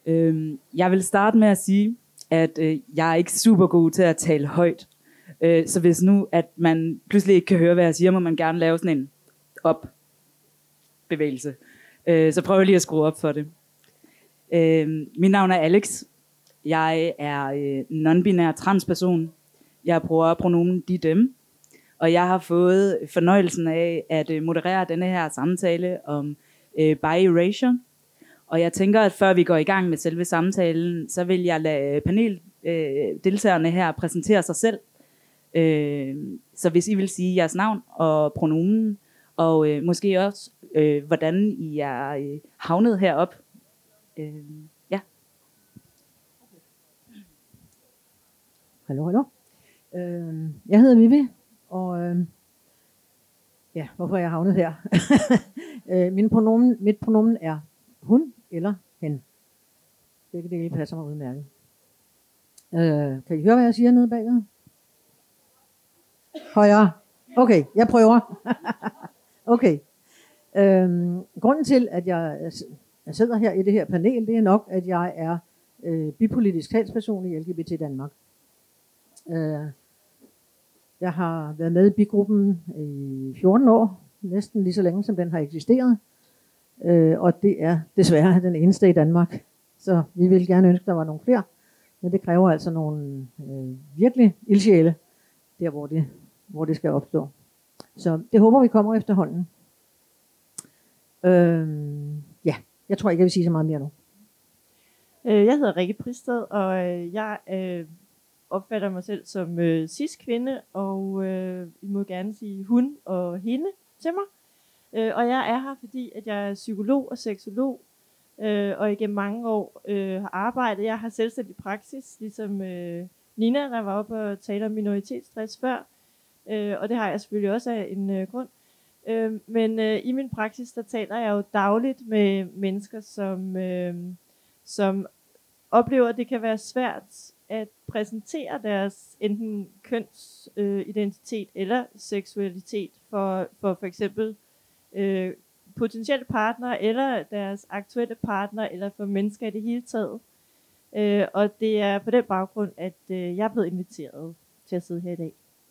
Jeg vil starte med at sige, at jeg er ikke super god til at tale højt. Så hvis nu, at man pludselig ikke kan høre, hvad jeg siger, må man gerne lave sådan en op-bevægelse. Så prøv lige at skrue op for det. Mit navn er Alex. Jeg er non-binær transperson. Jeg bruger pronomen de, dem. Og jeg har fået fornøjelsen af at moderere denne her samtale om bi-erasure. Og jeg tænker, at før vi går i gang med selve samtalen, så vil jeg lade paneldeltagerne her præsentere sig selv. Så hvis I vil sige jeres navn og pronomen, og måske også, hvordan I er havnet herop. Ja. Hallo. Jeg hedder Vivi, og hvorfor er jeg havnet her? Mit pronomen er hun eller hen. Begge dele passer mig udmærket. Kan I høre, hvad jeg siger nede bagved? Højere. Okay, jeg prøver. Okay. Grunden til, at jeg sidder her i det her panel, det er nok, at jeg er bipolitisk talsperson i LGBT Danmark. Jeg har været med i bigruppen i 14 år, næsten lige så længe som den har eksisteret. Og det er desværre den eneste i Danmark. Så vi vil gerne ønske, at der var nogle flere. Men det kræver altså nogle virkelig ildsjæle, der hvor det skal opstå. Så det håber vi kommer efterhånden. Jeg tror ikke, jeg vil sige så meget mere nu. Jeg hedder Rikke Pristed, og jeg opfatter mig selv som cis-kvinde, og I må gerne sige hun og hende til mig. Og jeg er her, fordi at jeg er psykolog og seksolog, og igennem mange år har arbejdet. Jeg har selvstændig praksis, ligesom Nina, der var oppe og talte om minoritetsstress før, og det har jeg selvfølgelig også af en grund. Men i min praksis, der taler jeg jo dagligt med mennesker, som oplever, at det kan være svært at præsentere deres enten kønsidentitet eller seksualitet for eksempel potentielle partnere eller deres aktuelle partner eller for mennesker i det hele taget. Og det er på den baggrund, at jeg er blevet inviteret til at sidde her i dag.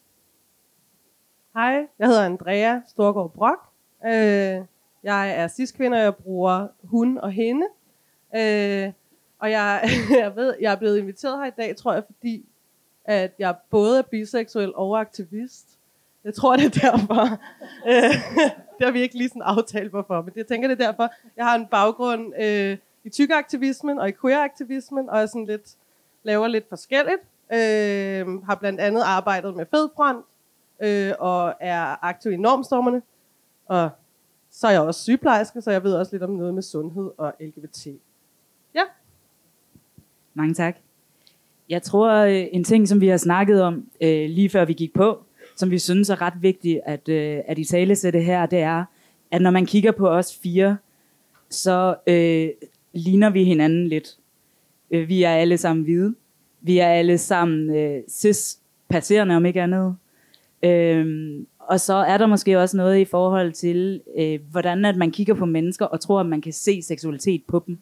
Hej, jeg hedder Andrea Storgård Brock. Jeg er cis-kvinde, og jeg bruger hun og hende. Og jeg er blevet inviteret her i dag, tror jeg, fordi at jeg både er biseksuel og aktivist. Jeg tror, det er derfor. Det har vi ikke lige sådan aftalt hvorfor, men jeg tænker, det er derfor. Jeg har en baggrund i tykaktivismen og i queer-aktivismen, og laver lidt forskelligt. Har blandt andet arbejdet med Fedfront, og er aktiv i normstormerne. Og så er jeg også sygeplejerske, så jeg ved også lidt om noget med sundhed og LGBT. Ja. Mange tak. Jeg tror, en ting, som vi har snakket om lige før vi gik på, som vi synes er ret vigtigt at italesætte her, det er, at når man kigger på os fire, så ligner vi hinanden lidt. Vi er alle sammen hvide. Vi er alle sammen cis-passerende, om ikke andet. Og så er der måske også noget i forhold til, hvordan at man kigger på mennesker og tror, at man kan se seksualitet på dem.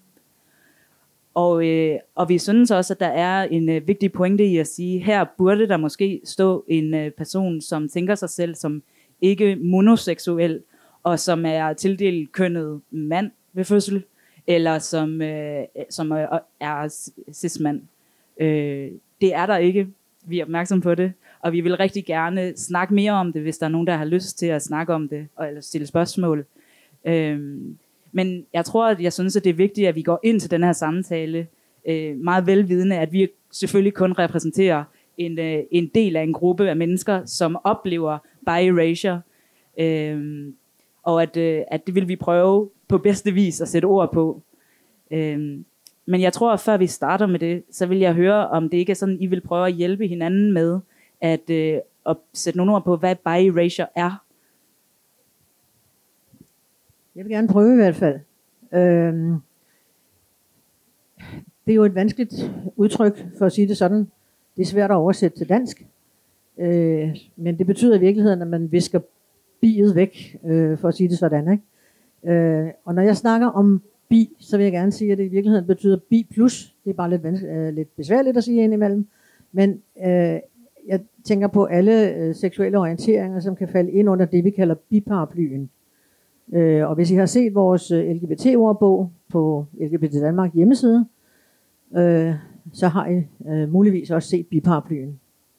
Og vi synes også, at der er en vigtig pointe i at sige, her burde der måske stå en person, som tænker sig selv som ikke monoseksuel, og som er tildelt kønnet mand ved fødsel, eller som er cis-mand. Det er der ikke. Vi er opmærksom på det, og vi vil rigtig gerne snakke mere om det, hvis der er nogen, der har lyst til at snakke om det, eller stille spørgsmål. Men jeg synes, at det er vigtigt, at vi går ind til den her samtale meget velvidende, at vi selvfølgelig kun repræsenterer en del af en gruppe af mennesker, som oplever bi-erasure, og at det vil vi prøve på bedste vis at sætte ord på. Men jeg tror, at før vi starter med det, så vil jeg høre, om det ikke er sådan, I vil prøve at hjælpe hinanden med at sætte nogle ord på, hvad bi-erasure er. Jeg vil gerne prøve i hvert fald. Det er jo et vanskeligt udtryk, for at sige det sådan. Det er svært at oversætte til dansk. Men det betyder i virkeligheden, at man visker biet væk, for at sige det sådan. Ikke? Og når jeg snakker om bi, så vil jeg gerne sige, at det i virkeligheden betyder bi plus. Det er bare lidt besværligt at sige indimellem. Men jeg tænker på alle seksuelle orienteringer, som kan falde ind under det, vi kalder biparaplyen. Og hvis I har set vores LGBT-ordbog på LGBT Danmark hjemmeside, så har I muligvis også set biparaplyen.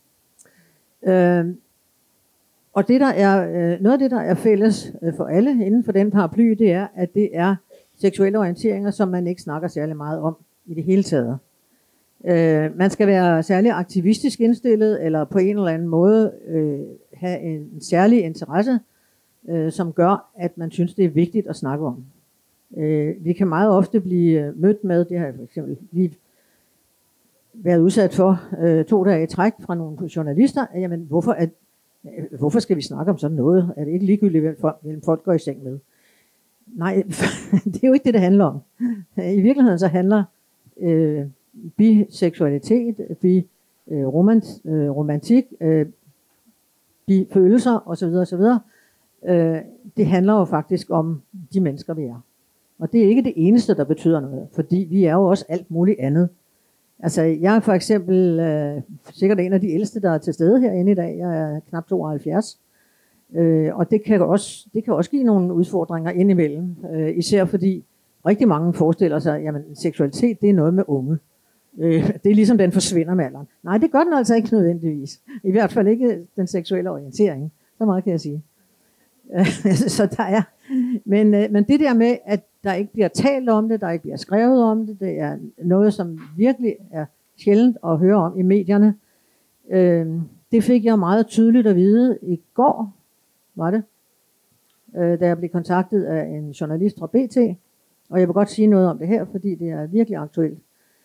Og det, der er, noget af det, der er fælles for alle inden for den paraply, det er, at det er seksuelle orienteringer, som man ikke snakker særlig meget om i det hele taget. Man skal være særlig aktivistisk indstillet, eller på en eller anden måde have en særlig interesse, som gør, at man synes, det er vigtigt at snakke om. Vi kan meget ofte blive mødt med, det har jeg for eksempel lige været udsat for 2 dage i træk fra nogle journalister, jamen hvorfor skal vi snakke om sådan noget? Er det ikke ligegyldigt, hvem folk går i seng med? Nej, det er jo ikke det handler om. I virkeligheden så handler biseksualitet, romantik, bifølelser osv. Det handler jo faktisk om de mennesker, vi er. Og det er ikke det eneste, der betyder noget, fordi vi er jo også alt muligt andet. Altså, jeg er for eksempel sikkert en af de ældste, der er til stede herinde i dag. Jeg er knap 72. Og det kan også give nogle udfordringer indimellem. Især fordi rigtig mange forestiller sig, at seksualitet, det er noget med unge. Det er ligesom, den forsvinder med alderen. Nej, det gør den altså ikke nødvendigvis. I hvert fald ikke den seksuelle orientering. Så meget kan jeg sige. Så der er. Men det der med, at der ikke bliver talt om det, der ikke bliver skrevet om det, det er noget, som virkelig er sjældent at høre om i medierne. Det fik jeg meget tydeligt at vide i går, var det, da jeg blev kontaktet af en journalist fra BT, og jeg vil godt sige noget om det her, fordi det er virkelig aktuelt.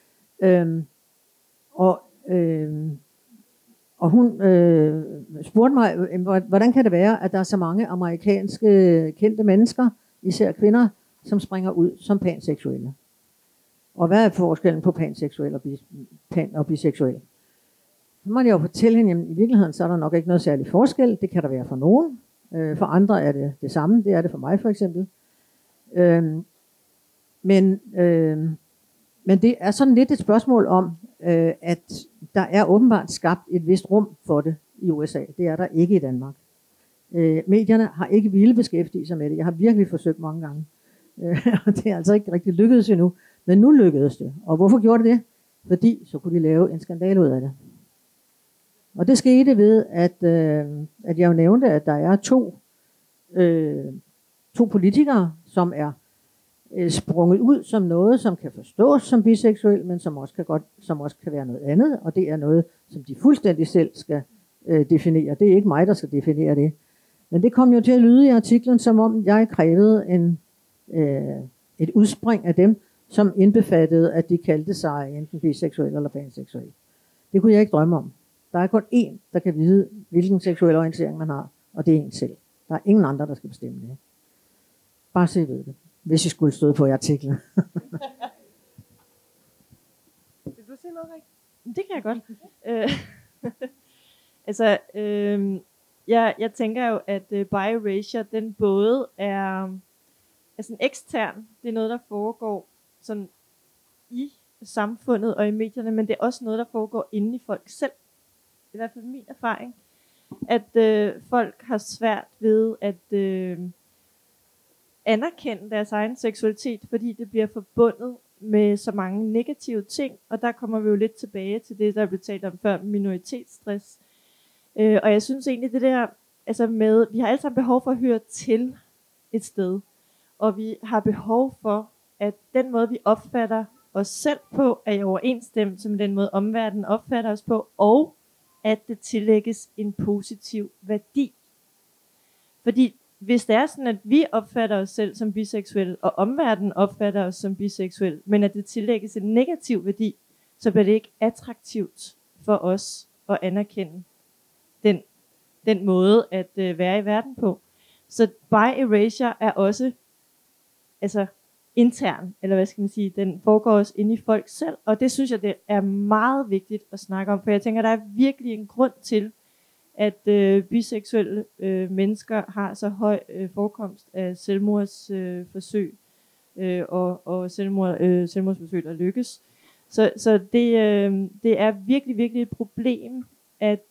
Og hun spurgte mig, hvordan kan det være, at der er så mange amerikanske kendte mennesker, især kvinder, som springer ud som panseksuelle. Og hvad er forskellen på panseksuel og biseksuel? Så må jeg jo fortælle hende, at i virkeligheden så er der nok ikke noget særlig forskel. Det kan der være for nogen. For andre er det det samme. Det er det for mig for eksempel. Men det er sådan lidt et spørgsmål om, at der er åbenbart skabt et vist rum for det i USA. Det er der ikke i Danmark. Medierne har ikke ville beskæftige sig med det. Jeg har virkelig forsøgt mange gange. Og det er altså ikke rigtig lykkedes endnu. Men nu lykkedes det. Og hvorfor gjorde det det? Fordi så kunne de lave en skandale ud af det. Og det skete ved, at jeg jo nævnte, at der er to politikere, som er sprunget ud som noget, som kan forstås som biseksuel, men som også kan være noget andet. Og det er noget, som de fuldstændig selv skal definere. Det er ikke mig, der skal definere det. Men det kom jo til at lyde i artiklen, som om jeg krævede et udspring af dem, som indbefattede, at de kaldte sig enten biseksuel eller panseksuel. Det kunne jeg ikke drømme om. Der er kun én, der kan vide, hvilken seksuel orientering man har, og det er en selv. Der er ingen andre, der skal bestemme det. Bare så I ved det, hvis I skulle støde på i artiklen. Vil du sige noget, Rik? Det kan jeg godt. Jeg tænker jo, at bi-erasure, den både er sådan ekstern, det er noget, der foregår sådan i samfundet og i medierne, men det er også noget, der foregår inde i folk selv. I hvert fald min erfaring, at folk har svært ved at anerkende deres egen seksualitet, fordi det bliver forbundet med så mange negative ting, og der kommer vi jo lidt tilbage til det, der blev talt om før, minoritetsstress. Og jeg synes egentlig, det der, altså med, vi har alle sammen behov for at høre til et sted, og vi har behov for, at den måde, vi opfatter os selv på, er i overensstemmelse med den måde, omverdenen opfatter os på, og at det tillægges en positiv værdi. Fordi hvis det er sådan, at vi opfatter os selv som biseksuelle, og omverdenen opfatter os som biseksuelle, men at det tillægges en negativ værdi, så bliver det ikke attraktivt for os at anerkende den måde at være i verden på. Så bi-erasure er også intern, eller hvad skal man sige, den foregår også inde i folk selv, og det synes jeg, det er meget vigtigt at snakke om, for jeg tænker, der er virkelig en grund til, at biseksuelle mennesker har så høj forekomst af selvmordsforsøg og selvmordsforsøg, der lykkes. Så det er virkelig, virkelig et problem, at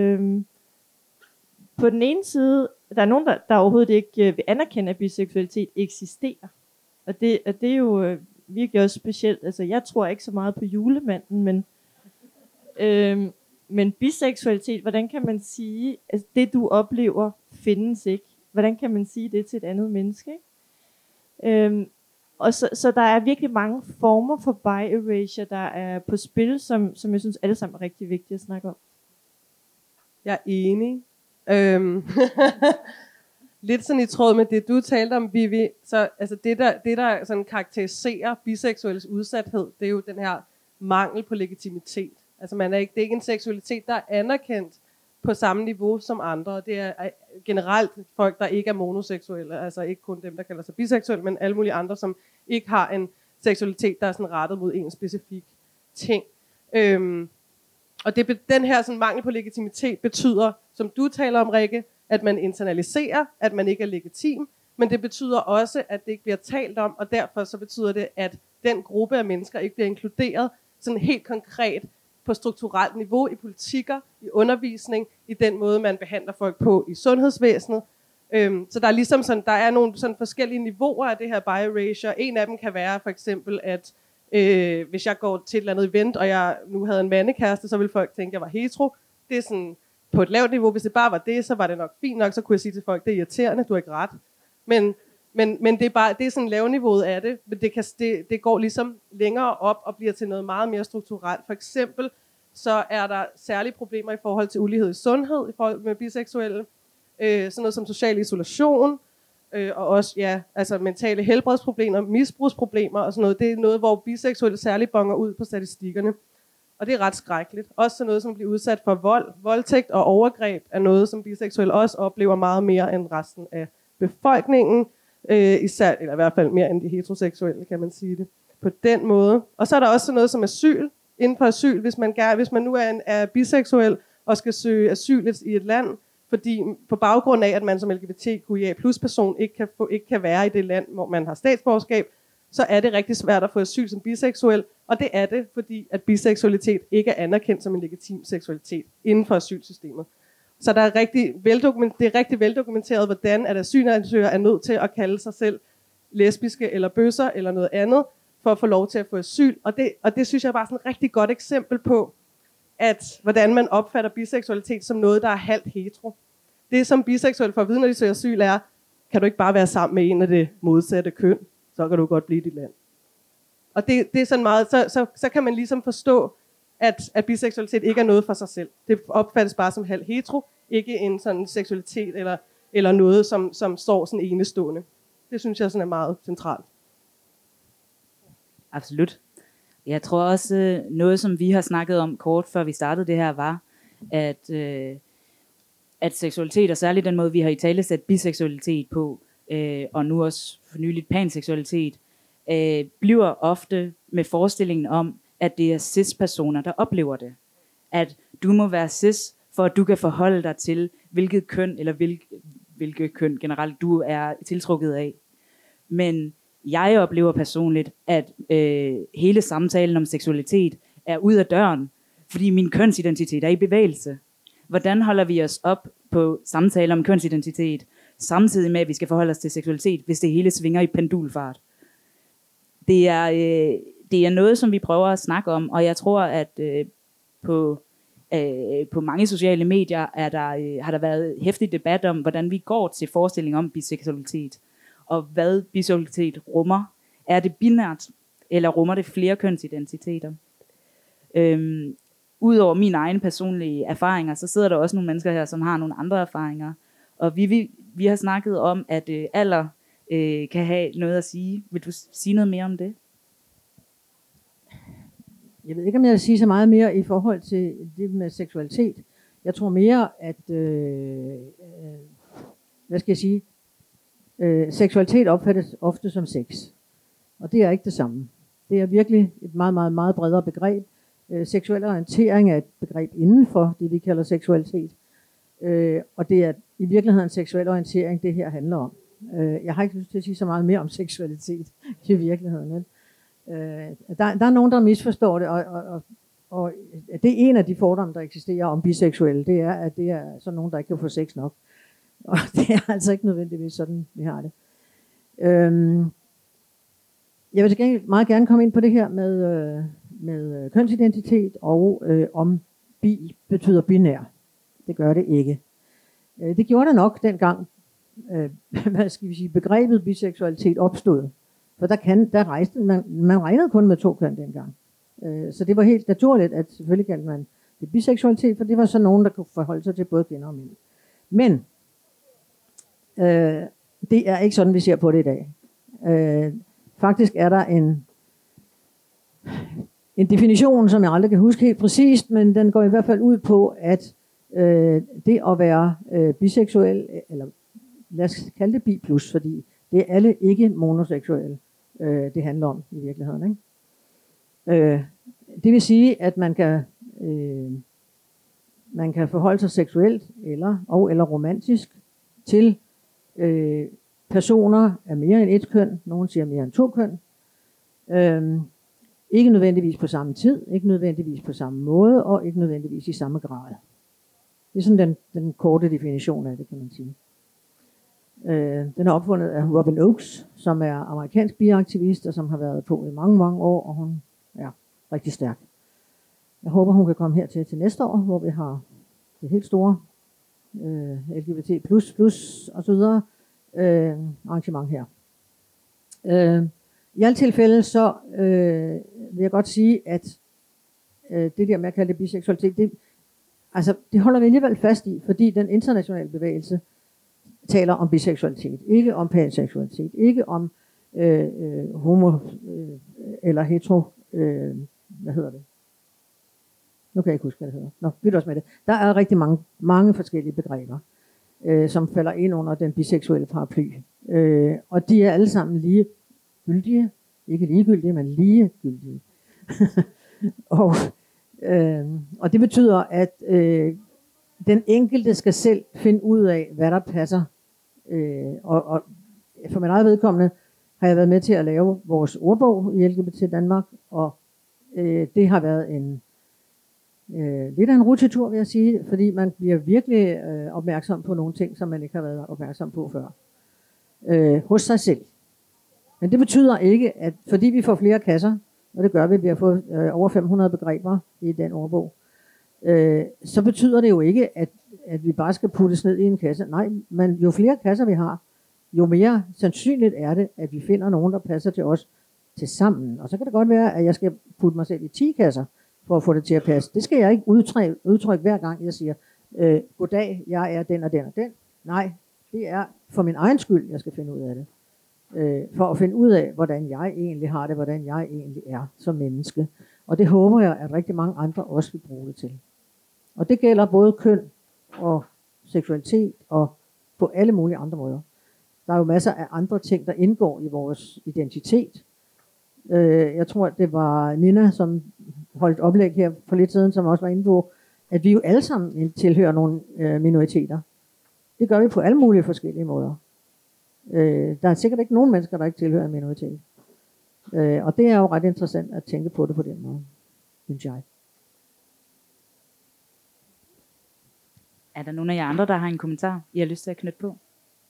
på den ene side, der er nogen, der overhovedet ikke vil anerkende, at biseksualitet eksisterer. Og det er jo virkelig også specielt. Altså, jeg tror ikke så meget på julemanden, men biseksualitet, hvordan kan man sige, at det du oplever findes ikke? Hvordan kan man sige det til et andet menneske? Ikke? Og så der er virkelig mange former for bi-erasure, der er på spil, som jeg synes alle sammen er rigtig vigtige at snakke om. Jeg er enig. Lidt sådan i tråd med det, du talte om, Vivi. Så altså det der sådan karakteriserer biseksuelles udsathed, det er jo den her mangel på legitimitet. Altså det er ikke en seksualitet, der er anerkendt på samme niveau som andre. Det er generelt folk, der ikke er monoseksuelle, altså ikke kun dem, der kalder sig biseksuelle, men alle mulige andre, som ikke har en seksualitet, der er sådan rettet mod en specifik ting. Og den her sådan mangel på legitimitet betyder, som du taler om, Rikke, at man internaliserer, at man ikke er legitim, men det betyder også, at det ikke bliver talt om, og derfor så betyder det, at den gruppe af mennesker ikke bliver inkluderet sådan helt konkret på strukturelt niveau i politikker, i undervisning, i den måde, man behandler folk på i sundhedsvæsenet. Så der er ligesom sådan, der er nogle sådan forskellige niveauer af det her bi-erasure. En af dem kan være for eksempel, at hvis jeg går til et eller andet event, og jeg nu havde en mandekæreste, så ville folk tænke, at jeg var hetero. Det er sådan på et lavt niveau. Hvis det bare var det, så var det nok fint nok. Så kunne jeg sige til folk, det er irriterende, du har ikke ret. Men det er sådan lavniveauet af det. Men det går ligesom længere op og bliver til noget meget mere strukturelt. For eksempel så er der særlige problemer i forhold til ulighed i sundhed, i forhold med biseksuelle. Sådan noget som social isolation, og også altså mentale helbredsproblemer, misbrugsproblemer og sådan noget. Det er noget, hvor biseksuelle særligt bonger ud på statistikkerne. Og det er ret skrækkeligt. Også sådan noget, som bliver udsat for vold, voldtægt og overgreb, er noget, som biseksuelle også oplever meget mere end resten af befolkningen. Især, eller i hvert fald mere end de heteroseksuelle, kan man sige det på den måde. Og så er der også sådan noget som asyl. Inden for asyl, hvis man nu er biseksuel og skal søge asyl i et land, fordi på baggrund af, at man som LGBTQIA+ person ikke kan være i det land, hvor man har statsborgerskab, så er det rigtig svært at få asyl som biseksuel. Og det er det, fordi at biseksualitet ikke er anerkendt som en legitim seksualitet inden for asylsystemet. Så det er rigtig veldokumenteret, hvordan at asylansøgere er nødt til at kalde sig selv lesbiske eller bøsser eller noget andet, for at få lov til at få asyl. Og det synes jeg bare er sådan et rigtig godt eksempel på, at hvordan man opfatter biseksualitet som noget, der er halvt hetero. Det som biseksuelle får at vide, når de søger asyl, er, kan du ikke bare være sammen med en af det modsatte køn, så kan du godt blive i dit land. Og det er sådan meget, så kan man ligesom forstå, at biseksualitet ikke er noget for sig selv. Det opfattes bare som halvt hetero, ikke en sådan seksualitet eller noget, som står sådan enestående. Det synes jeg sådan er meget centralt. Absolut. Jeg tror også, noget som vi har snakket om kort før vi startede det her, var, at seksualitet, og særligt den måde, vi har italesat biseksualitet på, og nu også for nyligt panseksualitet, bliver ofte med forestillingen om, at det er cis-personer, der oplever det. At du må være cis, for at du kan forholde dig til, hvilket køn, eller hvilket køn generelt du er tiltrukket af. Men jeg oplever personligt, at hele samtalen om seksualitet er ud af døren, fordi min kønsidentitet er i bevægelse. Hvordan holder vi os op på samtaler om kønsidentitet, samtidig med, at vi skal forholde os til seksualitet, hvis det hele svinger i pendulfart? Det er noget, som vi prøver at snakke om, og jeg tror, at på mange sociale medier har der været heftig debat om, hvordan vi går til forestilling om biseksualitet, og hvad biseksualitet rummer. Er det binært, eller rummer det flere kønsidentiteter? Udover mine egne personlige erfaringer, så sidder der også nogle mennesker her, som har nogle andre erfaringer. Og vi har snakket om, at alder kan have noget at sige. Vil du sige noget mere om det? Jeg ved ikke, om jeg vil sige så meget mere i forhold til det med seksualitet. Jeg tror mere, at seksualitet opfattes ofte som sex. Og det er ikke det samme. Det er virkelig et meget, meget, meget bredere begreb. Seksuel orientering er et begreb inden for det, vi kalder seksualitet. Og det er i virkeligheden seksuel orientering, det her handler om. Jeg har ikke lyst til at sige så meget mere om seksualitet, til virkeligheden. Ikke? Der er nogen, der misforstår det, og det er en af de fordomme, der eksisterer om biseksuelle, det er, at det er sådan nogen, der ikke kan få sex nok. Og det er altså ikke nødvendigvis sådan, vi har det. Jeg vil til gengæld meget gerne komme ind på det her med kønsidentitet, og om bi betyder binær. Det gør det ikke. Det gjorde det nok dengang, hvad skal vi sige, begrebet biseksualitet opstod. For der rejste man regnede kun med 2 køn dengang. Så det var helt naturligt, at selvfølgelig kaldte man det biseksualitet, for det var så nogen, der kunne forholde sig til både kvinder og mænd. Men det er ikke sådan, vi ser på det i dag. Faktisk er der en definition, som jeg aldrig kan huske helt præcist, men den går i hvert fald ud på, at det at være biseksuel, eller lad os kalde det bi plus, fordi det er alle ikke monoseksuelle, det handler om i virkeligheden. Ikke? Det vil sige, at man kan forholde sig seksuelt eller romantisk til personer af mere end et køn, nogen siger mere end 2 køn, ikke nødvendigvis på samme tid, ikke nødvendigvis på samme måde, og ikke nødvendigvis i samme grad. Det er sådan den korte definition af det, kan man sige. Den er opfundet af Robin Oakes, som er amerikansk biaktivist, og som har været på i mange, mange år, og hun er rigtig stærk. Jeg håber, hun kan komme hertil til næste år, hvor vi har det helt store LGBT plus og så videre arrangement her. I alle tilfælde så vil jeg godt sige, at det der med at kalde det biseksualitet, det holder vi alligevel fast i, fordi den internationale bevægelse taler om biseksualitet, ikke om panseksualitet, ikke om homo eller hetero, hvad hedder det? Nu kan jeg ikke huske, hvad det hedder. Nå, byt os med det. Der er rigtig mange forskellige begreber, som falder ind under den biseksuelle paraply. Og de er alle sammen lige gyldige. Ikke ligegyldige, men lige gyldige. Og det betyder, at den enkelte skal selv finde ud af, hvad der passer. Og for min eget vedkommende har jeg været med til at lave vores ordbog i LGBT Danmark, og det har været lidt af en rutsjetur, vil jeg sige, fordi man bliver virkelig opmærksom på nogle ting, som man ikke har været opmærksom på før. Hos sig selv. Men det betyder ikke, at fordi vi får flere kasser, og det gør vi, vi har fået over 500 begreber i den ordbog, så betyder det jo ikke, at vi bare skal puttes ned i en kasse. Nej, men jo flere kasser vi har, jo mere sandsynligt er det, at vi finder nogen, der passer til os til sammen. Og så kan det godt være, at jeg skal putte mig selv i 10 kasser, for at få det til at passe. Det skal jeg ikke udtrykke hver gang, jeg siger, goddag, jeg er den og den og den. Nej, det er for min egen skyld, jeg skal finde ud af det. For at finde ud af, hvordan jeg egentlig har det, hvordan jeg egentlig er som menneske. Og det håber jeg, at rigtig mange andre også vil bruge det til. Og det gælder både køn og seksualitet og på alle mulige andre måder. Der er jo masser af andre ting, der indgår i vores identitet. Jeg tror, at det var Nina, som holdt oplæg her for lidt siden, som også var inde på, at vi jo alle sammen tilhører nogle minoriteter. Det gør vi på alle mulige forskellige måder. Der er sikkert ikke nogen mennesker, der ikke tilhører en minoritet. Og det er jo ret interessant at tænke på det på den måde, synes jeg. Er der nogen af jer andre, der har en kommentar, I har lyst til at knytte på?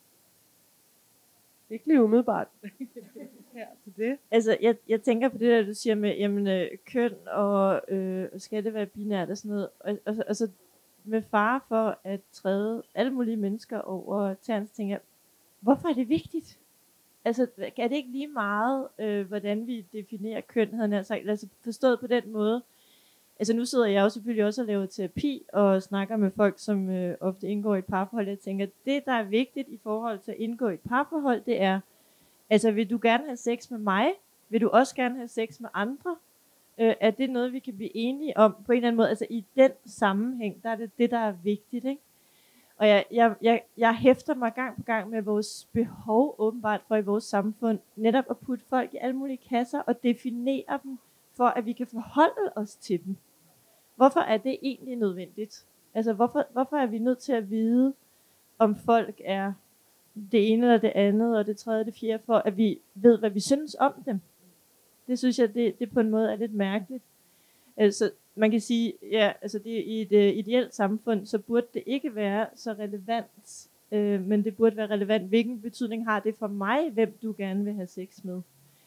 Ikke lige umiddelbart her til det. Altså, jeg tænker på det der, du siger med jamen, køn og skal det være binært og sådan noget. Og så med fare for at træde alle mulige mennesker over tæerne, så tænker jeg, hvorfor er det vigtigt? Altså, er det ikke lige meget, hvordan vi definerer køn, havde jeg sagt, altså forstået på den måde? Altså, nu sidder jeg jo selvfølgelig også og laver terapi, og snakker med folk, som ofte indgår i et parforhold. Jeg tænker, det, der er vigtigt i forhold til at indgå i et parforhold, det er, altså, vil du gerne have sex med mig? Vil du også gerne have sex med andre? Er det noget, vi kan blive enige om på en eller anden måde? Altså, i den sammenhæng, der er det det, der er vigtigt, ikke? Og jeg hæfter mig gang på gang med vores behov åbenbart for i vores samfund, netop at putte folk i alle mulige kasser og definere dem, for at vi kan forholde os til dem. Hvorfor er det egentlig nødvendigt? Altså hvorfor er vi nødt til at vide, om folk er det ene eller det andet, og det tredje og det fjerde, for at vi ved, hvad vi synes om dem. Det synes jeg, det på en måde er lidt mærkeligt. Altså, man kan sige, ja, altså det, i et ideelt samfund, så burde det ikke være så relevant, men det burde være relevant, hvilken betydning har det for mig, hvem du gerne vil have sex med.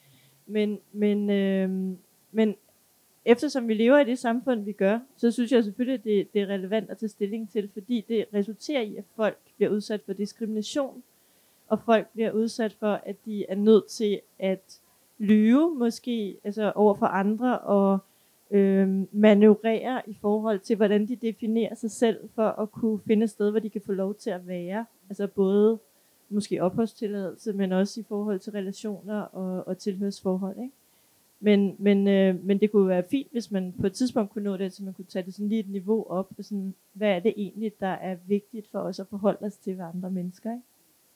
Men eftersom vi lever i det samfund, vi gør, så synes jeg selvfølgelig, at det er relevant at tage stilling til, fordi det resulterer i, at folk bliver udsat for diskrimination, og folk bliver udsat for, at de er nødt til at lyve måske, altså over for andre, og manøvrere i forhold til, hvordan de definerer sig selv, for at kunne finde et sted, hvor de kan få lov til at være. Altså både måske opholdstilladelse, men også i forhold til relationer og tilhørsforhold, ikke? Men det kunne være fint, hvis man på et tidspunkt kunne nå det, så man kunne tage det sådan lige et niveau op, og sådan, hvad er det egentlig, der er vigtigt for os at forholde os til andre mennesker, ikke?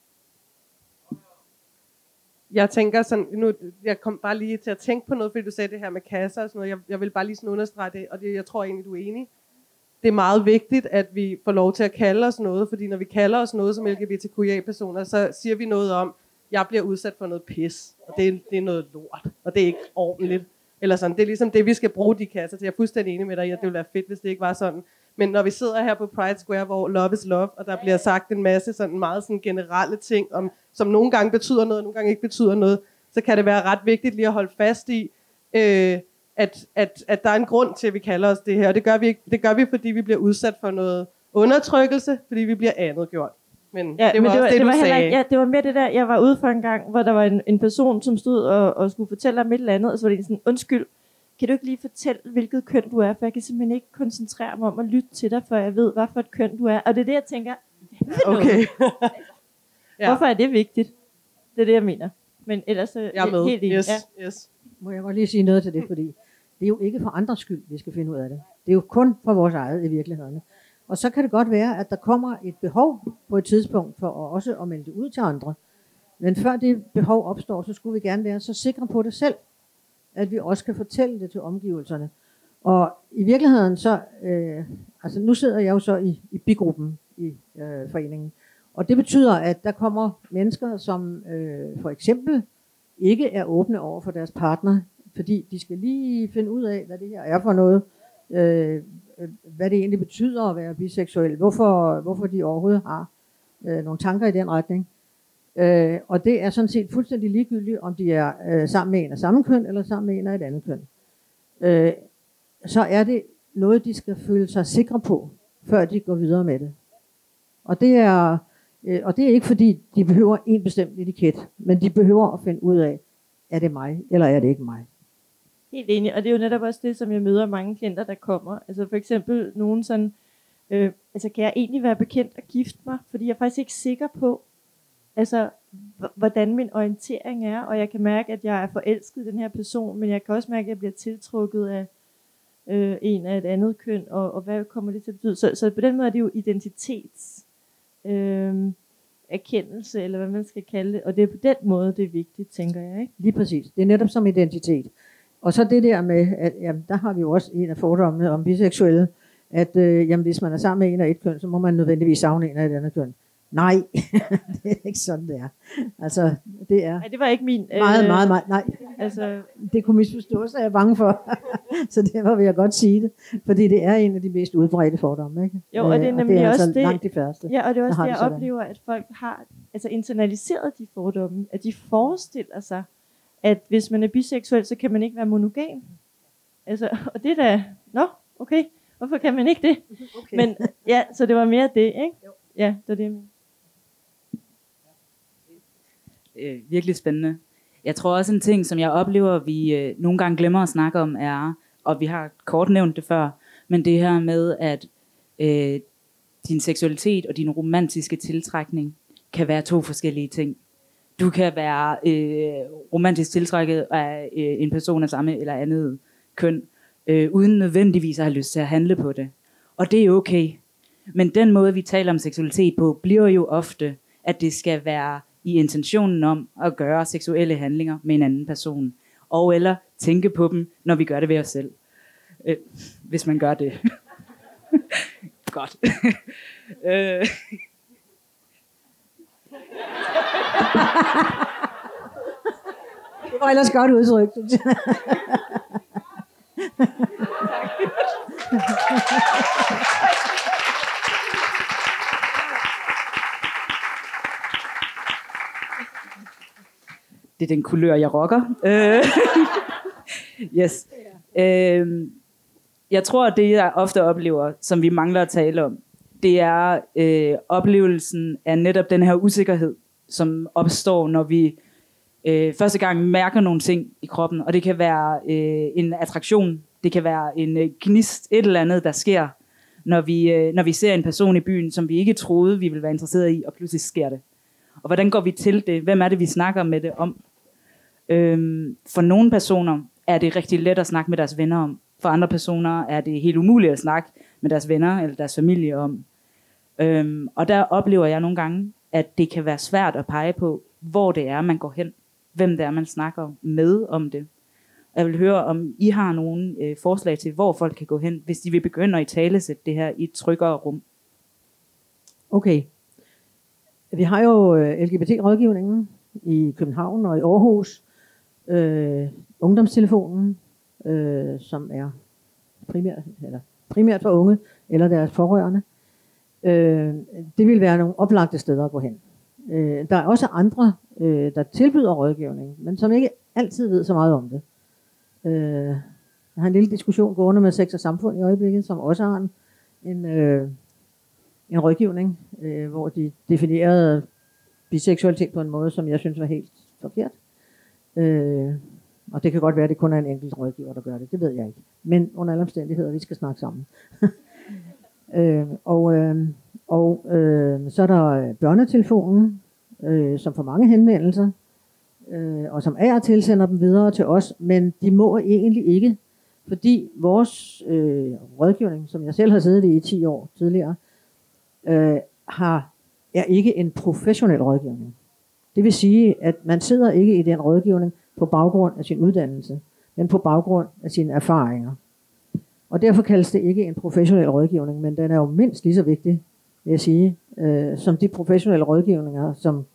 Jeg tænker sådan, nu, jeg kom bare lige til at tænke på noget, fordi du sagde det her med kasser og sådan noget. Jeg vil bare lige sådan understrege det, og det, jeg tror egentlig, du er enig. Det er meget vigtigt, at vi får lov til at kalde os noget, fordi når vi kalder os noget som LGBTQIA-personer, så siger vi noget om, jeg bliver udsat for noget pis, og det er noget lort, og det er ikke ordentligt. Eller sådan, det er ligesom det, vi skal bruge de kasser til. Jeg er fuldstændig enig med dig i, at det ville være fedt, hvis det ikke var sådan. Men når vi sidder her på Pride Square, hvor love is love, og der bliver sagt en masse sådan meget sådan generelle ting, som nogle gange betyder noget, og nogle gange ikke betyder noget, så kan det være ret vigtigt lige at holde fast i, at der er en grund til, at vi kalder os det her. Og det gør vi, fordi vi bliver udsat for noget undertrykkelse, fordi vi bliver andet gjort. Men ja, det var også det, du sagde. Ja, det var mere det der, jeg var ude for en gang, hvor der var en person, som stod og skulle fortælle om et eller andet, og så var det sådan, undskyld, kan du ikke lige fortælle, hvilket køn du er, for jeg kan simpelthen ikke koncentrere mig om at lytte til dig, for jeg ved, hvad for et køn du er. Og det er det, jeg tænker, okay. Ja. Hvorfor er det vigtigt? Det er det, jeg mener. Men ellers jeg er med. Helt enig. Yes. Ja. Yes. Må jeg godt lige sige noget til det, fordi det er jo ikke for andres skyld, vi skal finde ud af det. Det er jo kun for vores eget i virkeligheden. Og så kan det godt være, at der kommer et behov på et tidspunkt for også at melde det ud til andre. Men før det behov opstår, så skulle vi gerne være så sikre på det selv, at vi også kan fortælle det til omgivelserne. Og i virkeligheden så, altså nu sidder jeg jo så i bigruppen i foreningen. Og det betyder, at der kommer mennesker, som for eksempel ikke er åbne over for deres partner, fordi de skal lige finde ud af, hvad det her er for noget, hvad det egentlig betyder at være biseksuel, hvorfor de overhovedet har nogle tanker i den retning. Og det er sådan set fuldstændig ligegyldigt, om de er sammen med en af samme køn, eller sammen med en af et andet køn. Så er det noget, de skal føle sig sikre på, før de går videre med det. Og det er ikke fordi, de behøver en bestemt etiket, men de behøver at finde ud af, er det mig, eller er det ikke mig. Helt enig, og det er jo netop også det, som jeg møder mange klienter, der kommer. Altså for eksempel nogen sådan, altså kan jeg egentlig være bekendt og gifte mig, fordi jeg er faktisk ikke sikker på, altså hvordan min orientering er, og jeg kan mærke, at jeg er forelsket i den her person, men jeg kan også mærke, at jeg bliver tiltrukket af en af et andet køn, og hvad kommer det til at betyde? Så på den måde er det jo identitets erkendelse, eller hvad man skal kalde det, og det er på den måde, det er vigtigt, tænker jeg, ikke? Lige præcis. Det er netop som identitet. Og så det der med, at jamen, der har vi jo også en af fordommene om biseksuelle, at jamen, hvis man er sammen med en af et køn, så må man nødvendigvis savne en af et andet køn. Nej, det er ikke sådan, det er. Altså, det er... Nej, det var ikke min... Meget, nej. Altså, det kunne misforstås, er jeg bange for. Så derfor vil jeg godt sige det. Fordi det er en af de mest udbredte fordomme, ikke? Jo, og det er nemlig og det er også altså det... langt de færreste. Ja, og det er også det, jeg oplever, at folk har altså internaliseret de fordomme. At de forestiller sig, at hvis man er biseksuel, så kan man ikke være monogam. Altså, og det er da... Nå, okay. Hvorfor kan man ikke det? Okay. Men ja, så det var mere det, ikke? Jo. Ja, det var det. Virkelig spændende. Jeg tror også en ting, som jeg oplever, vi nogle gange glemmer at snakke om, er, og vi har kort nævnt det før, men det her med, at din seksualitet og din romantiske tiltrækning kan være to forskellige ting. Du kan være romantisk tiltrækket af en person af samme eller andet køn, uden nødvendigvis at have lyst til at handle på det. Og det er okay. Men den måde, vi taler om seksualitet på, bliver jo ofte, at det skal være i intentionen om at gøre seksuelle handlinger med en anden person. Og eller tænke på dem, når vi gør det ved os selv. Hvis man gør det. Godt. Det var ellers godt udtrykt. Det er den kulør, jeg rocker. Yes. Jeg tror, at det, jeg ofte oplever, som vi mangler at tale om, det er oplevelsen af netop den her usikkerhed, som opstår, når vi første gang mærker nogle ting i kroppen. Og det kan være en attraktion, det kan være en gnist, et eller andet, der sker, når vi ser en person i byen, som vi ikke troede, vi ville være interesseret i, og pludselig sker det. Og hvordan går vi til det? Hvem er det, vi snakker med det om? For nogle personer er det rigtig let at snakke med deres venner om. For andre personer er det helt umuligt at snakke med deres venner eller deres familie om. Og der oplever jeg nogle gange, at det kan være svært at pege på, hvor det er, man går hen. Hvem det er, man snakker med om det. Jeg vil høre, om I har nogle forslag til, hvor folk kan gå hen, hvis de vil begynde at italesætte det her i et tryggere rum. Okay. Vi har jo LGBT-rådgivningen i København og i Aarhus. Ungdomstelefonen, som er primært for unge eller deres pårørende. Det vil være nogle oplagte steder at gå hen. Der er også andre, der tilbyder rådgivning, men som ikke altid ved så meget om det. Jeg har en lille diskussion gående med Sex og Samfund i øjeblikket, som også har en rådgivning, hvor de definerede biseksualitet på en måde, som jeg synes var helt forkert. Og det kan godt være, at det kun er en enkelt rådgiver, der gør det. Det ved jeg ikke. Men under alle omstændigheder, vi skal snakke sammen. Så er der børnetelefonen, som får mange henvendelser, og som af og til sender dem videre til os, men de må egentlig ikke, fordi vores rådgivning, som jeg selv har siddet i 10 år tidligere, er ikke en professionel rådgivning. Det vil sige, at man sidder ikke i den rådgivning på baggrund af sin uddannelse, men på baggrund af sine erfaringer. Og derfor kaldes det ikke en professionel rådgivning, men den er jo mindst lige så vigtig, vil jeg sige, som de professionelle rådgivninger,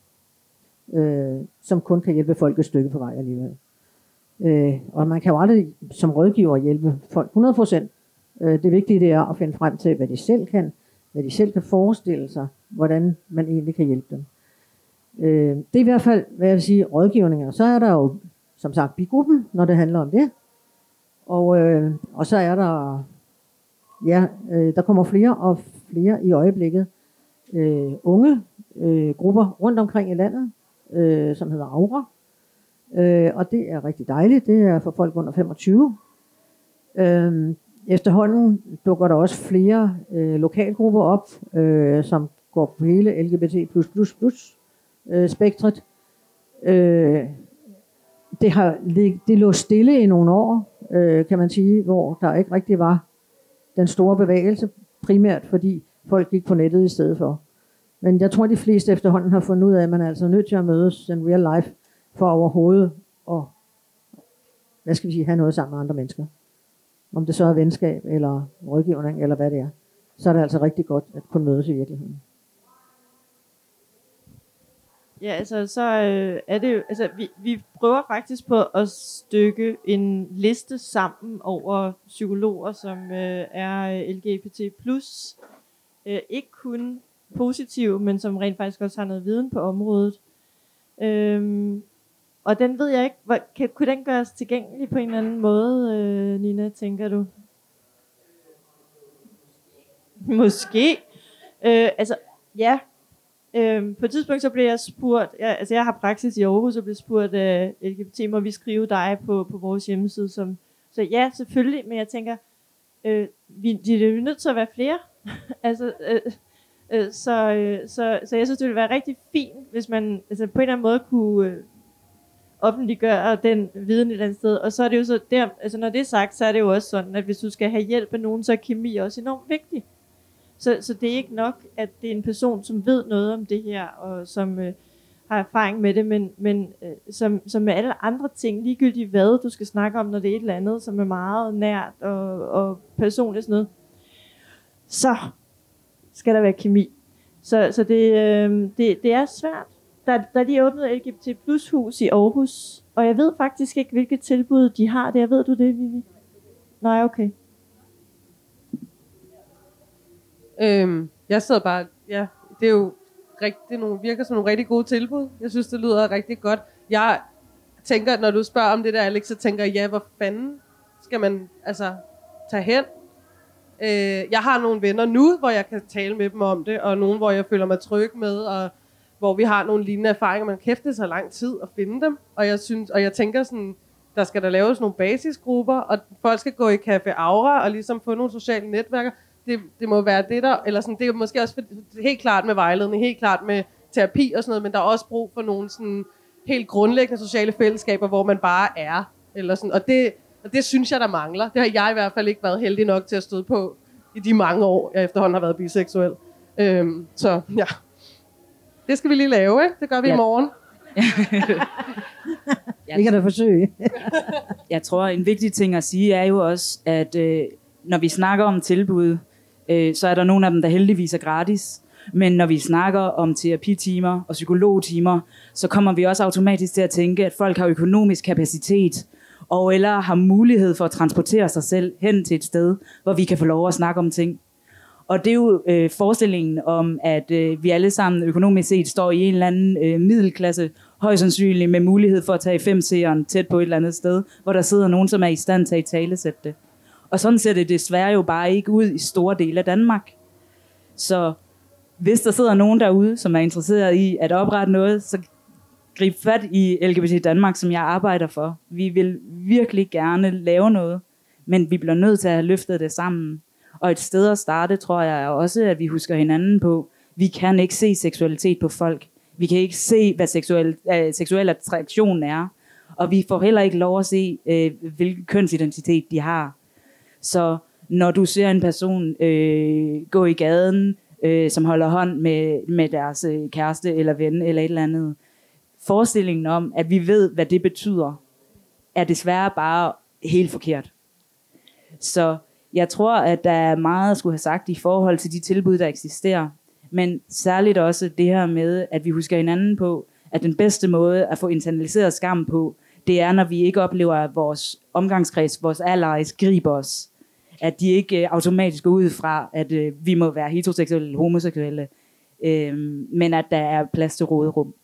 som kun kan hjælpe folk et stykke på vej alligevel. Og man kan jo aldrig som rådgiver hjælpe folk 100%. Det vigtige det er at finde frem til, hvad de selv kan, hvad de selv kan forestille sig, hvordan man egentlig kan hjælpe dem. Det er i hvert fald, hvad jeg vil sige, rådgivninger. Så er der jo, som sagt, bigruppen, når det handler om det. Og så er der, der kommer flere og flere i øjeblikket unge grupper rundt omkring i landet, som hedder Aura. Og det er rigtig dejligt. Det er for folk under 25. Efterhånden dukker der også flere lokalgrupper op, som går på hele LGBT++ spektret. Det lå stille i nogle år, kan man sige, hvor der ikke rigtig var den store bevægelse, primært fordi folk gik på nettet i stedet for. Men jeg tror, de fleste efterhånden har fundet ud af, at man er altså nødt til at mødes in real life, for overhovedet at, have noget sammen med andre mennesker. Om det så er venskab, eller rådgivning, eller hvad det er. Så er det altså rigtig godt at kunne mødes i virkeligheden. Ja, altså så er det jo, altså vi prøver faktisk på at stykke en liste sammen over psykologer, som er LGBT+, ikke kun positive, men som rent faktisk også har noget viden på området. Og den ved jeg ikke, kunne den gøres tilgængelig på en eller anden måde, Nina, tænker du? Måske. Altså, ja. På et tidspunkt så blev jeg spurgt, jeg har praksis i Aarhus, og blev spurgt LGBT, må vi skrive dig på vores hjemmeside, så ja, selvfølgelig, men jeg tænker, de er nødt til at være flere. Altså, så jeg synes, det ville være rigtig fint, hvis man på en eller anden måde kunne offentliggøre den viden et eller andet sted. Og så er det jo så, når det er sagt, så er det jo også sådan, at hvis du skal have hjælp af nogen, så er kemi også enormt vigtig. Så det er ikke nok, at det er en person, som ved noget om det her, og som har erfaring med det, men som med alle andre ting, ligegyldigt hvad du skal snakke om, når det er et eller andet, som er meget nært og personligt sådan noget, så skal der være kemi. Så det er svært. Der er lige åbnet LGBT plus hus i Aarhus, og jeg ved faktisk ikke, hvilket tilbud de har der. Ved du det, Vivi? Nej, okay. Jeg sidder bare, ja, det er jo virker som nogle rigtig gode tilbud. Jeg synes, det lyder rigtig godt. Jeg tænker, når du spørger om det der, Alex, så tænker jeg, ja, hvor fanden skal man altså tage hen? Jeg har nogle venner nu, hvor jeg kan tale med dem om det, og nogle, hvor jeg føler mig tryg med, og hvor vi har nogle lignende erfaringer. Man kæft, det så lang tid at finde dem, og jeg tænker sådan, der skal der laves nogle basisgrupper, og folk skal gå i Café Aura og ligesom få nogle sociale netværker. Det må være det der, eller sådan, det er måske også helt klart med vejledning, helt klart med terapi og sådan noget, men der er også brug for nogle sådan helt grundlæggende sociale fællesskaber, hvor man bare er, eller sådan, og det synes jeg, der mangler. Det har jeg i hvert fald ikke været heldig nok til at støde på i de mange år, jeg efterhånden har været biseksuel. Så ja, det skal vi lige lave, ikke? Det gør vi i morgen. Vi kan da forsøge. Jeg tror, en vigtig ting at sige er jo også, at når vi snakker om tilbud, så er der nogle af dem, der heldigvis er gratis. Men når vi snakker om terapitimer og psykologtimer, så kommer vi også automatisk til at tænke, at folk har økonomisk kapacitet, og eller har mulighed for at transportere sig selv hen til et sted, hvor vi kan få lov at snakke om ting. Og det er jo forestillingen om, at vi alle sammen økonomisk set står i en eller anden middelklasse, højst sandsynligt med mulighed for at tage 5C'eren tæt på et eller andet sted, hvor der sidder nogen, som er i stand til at italesætte det. Og sådan ser det desværre jo bare ikke ud i store dele af Danmark. Så hvis der sidder nogen derude, som er interesseret i at oprette noget, så grib fat i LGBT Danmark, som jeg arbejder for. Vi vil virkelig gerne lave noget, men vi bliver nødt til at have løftet det sammen. Og et sted at starte, tror jeg også, at vi husker hinanden på. Vi kan ikke se seksualitet på folk. Vi kan ikke se, hvad seksuel attraktion er. Og vi får heller ikke lov at se, hvilken kønsidentitet de har. Så når du ser en person gå i gaden, som holder hånd med deres kæreste eller ven eller et eller andet, forestillingen om, at vi ved, hvad det betyder, er desværre bare helt forkert. Så jeg tror, at der er meget at skulle have sagt i forhold til de tilbud, der eksisterer. Men særligt også det her med, at vi husker hinanden på, at den bedste måde at få internaliseret skam på, det er, når vi ikke oplever, at vores omgangskreds, vores allies griber os. At de ikke automatisk går ud fra, at vi må være heteroseksuelle eller homoseksuelle, men at der er plads til råderum.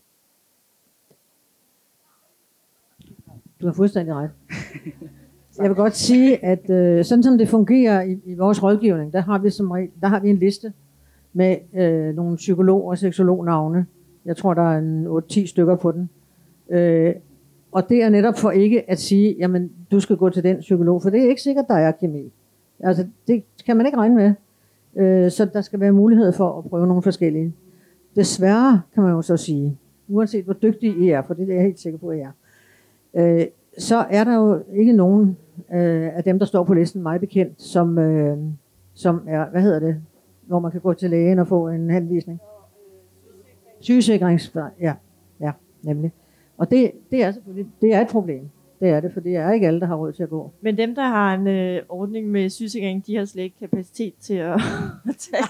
Du har fuldstændig ret. Jeg vil godt sige, at sådan som det fungerer i vores rådgivning, der har vi en liste med nogle psykolog- og seksolognavne. Jeg tror, der er en 8-10 stykker på den. Og det er netop for ikke at sige, jamen, du skal gå til den psykolog, for det er ikke sikkert, der er kemi. Altså, det kan man ikke regne med. Så der skal være mulighed for at prøve nogle forskellige. Desværre kan man jo så sige, uanset hvor dygtige I er, for det er jeg helt sikker på, at I er, så er der jo ikke nogen af dem, der står på listen, mig bekendt, som er, hvad hedder det, hvor man kan gå til lægen og få en henvisning. Sygesikring, ja, nemlig. Og det er selvfølgelig, det er et problem. Det er det, for det er ikke alle, der har råd til at gå. Men dem, der har en ordning med sygesikring, de har slet ikke kapacitet til at tage.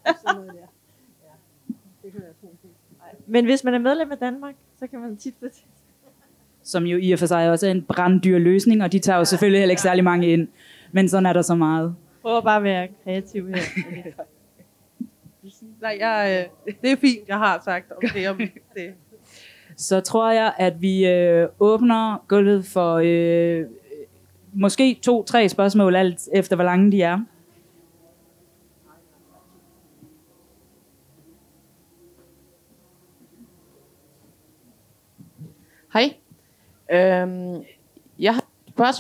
Men hvis man er medlem af Danmark, så kan man tit få til. Som jo i og for sig også er en branddyr løsning, og de tager jo selvfølgelig heller ikke særlig mange ind. Men sådan er der så meget. Prøv bare at være kreativ her. Nej, det er fint, jeg har sagt om det. Så tror jeg, at vi åbner gulvet for måske 2-3 spørgsmål, alt efter hvor lange de er. Hej. Jeg har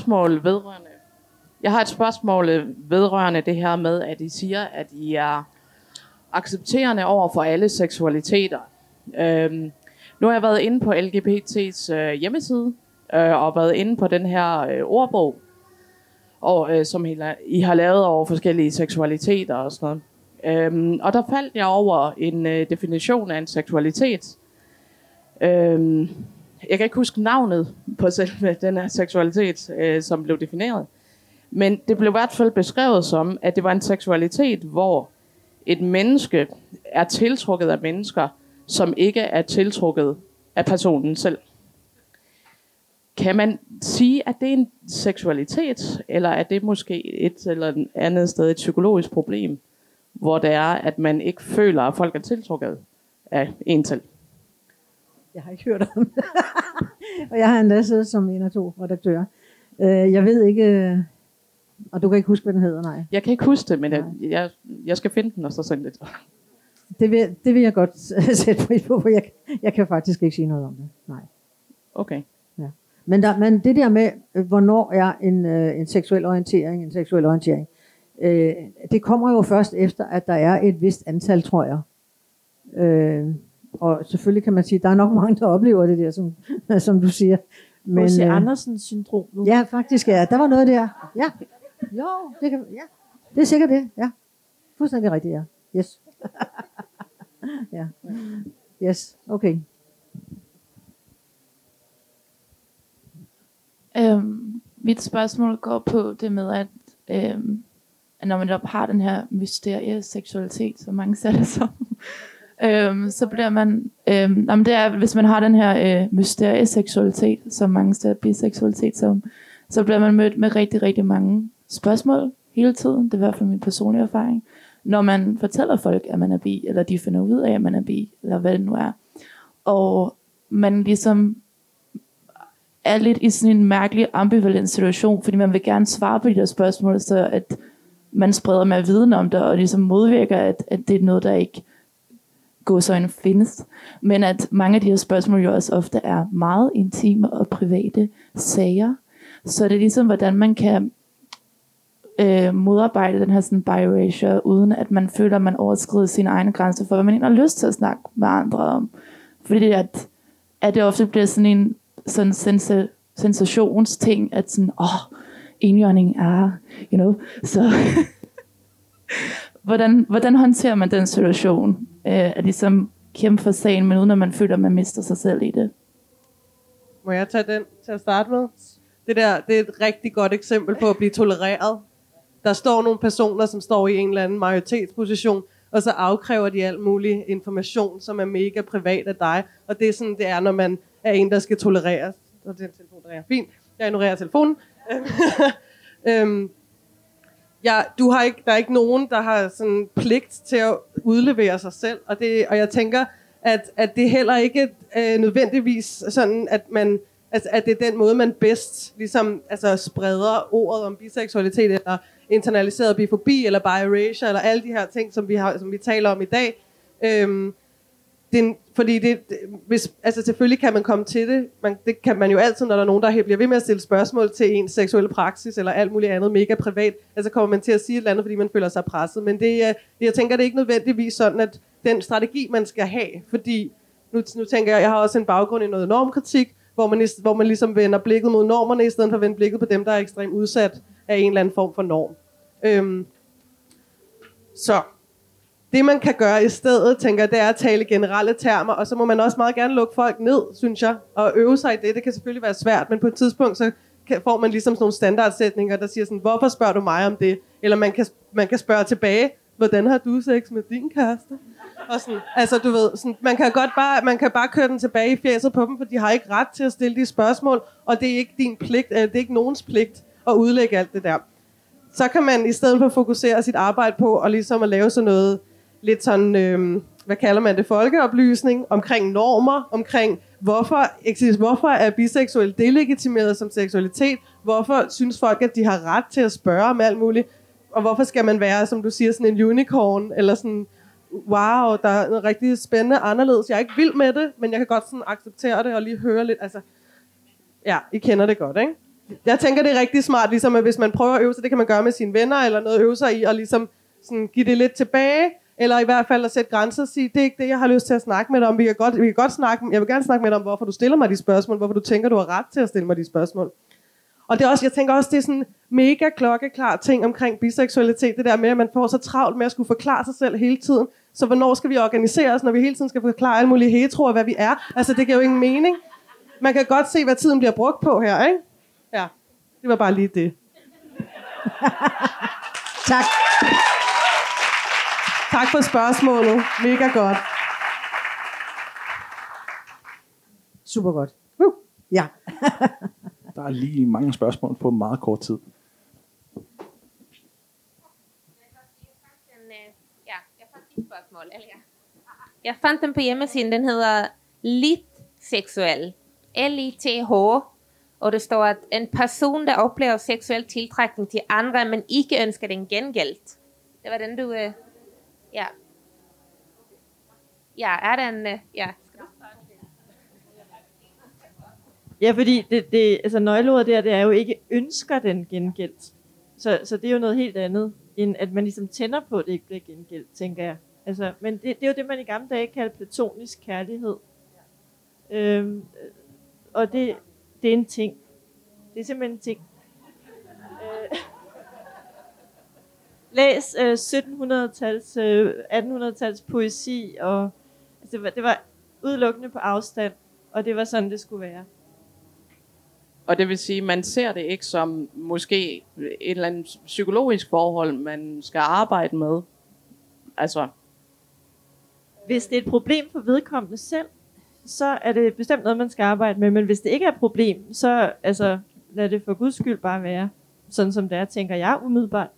et spørgsmål vedrørende det her med, at I siger, at I er accepterende over for alle seksualiteter. Nu har jeg været inde på LGBT's hjemmeside, og været inde på den her ordbog, og, som I har lavet over forskellige seksualiteter og sådan noget. Og der faldt jeg over en definition af en seksualitet. Jeg kan ikke huske navnet på selve den her seksualitet, som blev defineret. Men det blev i hvert fald beskrevet som, at det var en seksualitet, hvor et menneske er tiltrukket af mennesker, som ikke er tiltrukket af personen selv. Kan man sige, at det er en seksualitet, eller er det måske et eller andet sted et psykologisk problem, hvor det er, at man ikke føler, at folk er tiltrukket af en selv? Jeg har ikke hørt om det. Og jeg har endda siddet som en af 2 redaktører. Jeg ved ikke, og du kan ikke huske, hvad den hedder, nej. Jeg kan ikke huske det, men jeg skal finde den og så sende det. Det vil jeg godt sætte pris på, for jeg kan faktisk ikke sige noget om det. Nej. Okay. Ja. Men det der med, hvornår er en seksuel orientering, det kommer jo først efter, at der er et vist antal, tror jeg. Og selvfølgelig kan man sige, at der er nok mange, der oplever det der, som du siger. Men H.C. Andersens syndrom. Ja, faktisk ja. Der var noget der. Ja. Jo, det er sikkert det. Ja. Fuldstændig rigtigt, ja. Yes. Ja. Yes, okay. Mit spørgsmål går på det med, at når man har den her mysterieseksualitet, som mange ser det som, så bliver man, det er, hvis man har den her mysterieseksualitet, som mange ser biseksualitet som, så bliver man mødt med rigtig, rigtig mange spørgsmål hele tiden. Det er i hvert fald min personlige erfaring. Når man fortæller folk, at man er bi, eller de finder ud af, at man er bi, eller hvad det nu er. Og man ligesom er lidt i sådan en mærkelig ambivalent situation, fordi man vil gerne svare på de der spørgsmål, så at man spreder mere viden om det, og ligesom modvirker, at det er noget, der ikke går så en findes. Men at mange af de her spørgsmål jo også ofte er meget intime og private sager. Så det er ligesom, hvordan man kan modarbejde den her sådan bi-erasure, uden at man føler, at man overskrider sine egne grænser for, hvad man egentlig har lyst til at snakke med andre om. Fordi at det ofte bliver sådan en sådan sensationsting, at sådan, enhjørning er, så hvordan håndterer man den situation? At ligesom kæmpe for sagen, men uden at man føler, at man mister sig selv i det. Må jeg tage den til at starte med? Det er et rigtig godt eksempel på at blive tolereret. Der står nogle personer, som står i en eller anden majoritetsposition, og så afkræver de alt mulig information, som er mega privat af dig. Og det er sådan, det er, når man er en, der skal tolereres. Og den telefon, der er fint. Jeg ignorerer telefonen. Der er ikke nogen, der har sådan pligt til at udlevere sig selv. Og jeg tænker, at det heller ikke nødvendigvis sådan, at man... Altså, at det er den måde, man bedst ligesom, spreder ordet om biseksualitet, eller internaliseret bifobi, eller bi-erasure, eller alle de her ting, som vi taler om i dag. Fordi selvfølgelig kan man komme til det. Det kan man jo altid, når der er nogen, der bliver ved med at stille spørgsmål til ens seksuelle praksis, eller alt muligt andet mega privat. Altså kommer man til at sige et eller andet, fordi man føler sig presset. Men jeg tænker, det er ikke nødvendigvis sådan, at den strategi, man skal have. Fordi, nu tænker jeg har også en baggrund i noget normkritik, hvor man ligesom vender blikket mod normerne, i stedet for at vende blikket på dem, der er ekstremt udsat af en eller anden form for norm. Så det man kan gøre i stedet, tænker jeg, det er at tale generelle termer, og så må man også meget gerne lukke folk ned, synes jeg, og øve sig i det. Det kan selvfølgelig være svært, men på et tidspunkt, så får man ligesom sådan nogle standardsætninger, der siger sådan, hvorfor spørger du mig om det? Eller man kan spørge tilbage, hvordan har du sex med din kæreste? Og sådan, du ved, sådan, man kan bare køre den tilbage i fjeset på dem, for de har ikke ret til at stille de spørgsmål, og det er ikke din pligt, det er ikke nogens pligt at udlægge alt det der. Så kan man i stedet for fokusere sit arbejde på og ligesom at lave sådan noget lidt sådan, hvad kalder man det, folkeoplysning omkring normer, omkring hvorfor er biseksuel delegitimeret som seksualitet, hvorfor synes folk, at de har ret til at spørge om alt muligt, og hvorfor skal man være, som du siger, sådan en unicorn, eller sådan, wow, der er noget rigtig spændende, anderledes. Jeg er ikke vild med det, men jeg kan godt sådan acceptere det og lige høre lidt. Ja, I kender det godt, ikke? Jeg tænker, det er rigtig smart, ligesom at hvis man prøver at øve sig, det kan man gøre med sine venner, eller noget øve sig i, og ligesom sådan give det lidt tilbage, eller i hvert fald at sætte grænser og sige, det er ikke det, jeg har lyst til at snakke med dig om. Jeg vil gerne snakke med dig om, hvorfor du stiller mig de spørgsmål, hvorfor du tænker, du har ret til at stille mig de spørgsmål. Og det er også, jeg tænker også, det er sådan mega klokkeklar ting omkring biseksualitet, det der med, at man får så travlt med at skulle forklare sig selv hele tiden. Så hvornår skal vi organisere os, når vi hele tiden skal forklare alle mulige heteroer, hvad vi er? Altså, det giver jo ingen mening. Man kan godt se, hvad tiden bliver brugt på her, ikke? Ja, det var bare lige det. Tak. Tak for spørgsmålet. Mega godt. Super godt. Ja. Der er lige mange spørgsmål på meget kort tid. Jeg fandt den på hjemmesiden. Den hedder Litseksuel. L-I-T-H. Og det står, at en person, der oplever seksuel tiltrækning til andre, men ikke ønsker den gengældt. Det var den, du... Ja. Ja, er den... Ja. Ja, fordi altså nøgleordet det er jo ikke ønsker den gengældt. Så det er jo noget helt andet, end at man ligesom tænder på, at det ikke bliver gengældt, tænker jeg. Altså, men det er jo det, man i gamle dage kaldte platonisk kærlighed. Og det er en ting. Det er simpelthen en ting. Læs 1700-tals, 1800-tals poesi, og altså, det var udelukkende på afstand, og det var sådan, det skulle være. Og det vil sige, man ser det ikke som måske et eller andet psykologisk forhold, man skal arbejde med. Altså. Hvis det er et problem for vedkommende selv, så er det bestemt noget, man skal arbejde med. Men hvis det ikke er et problem, så altså, lad det for Guds skyld bare være sådan, som det er, tænker jeg umiddelbart.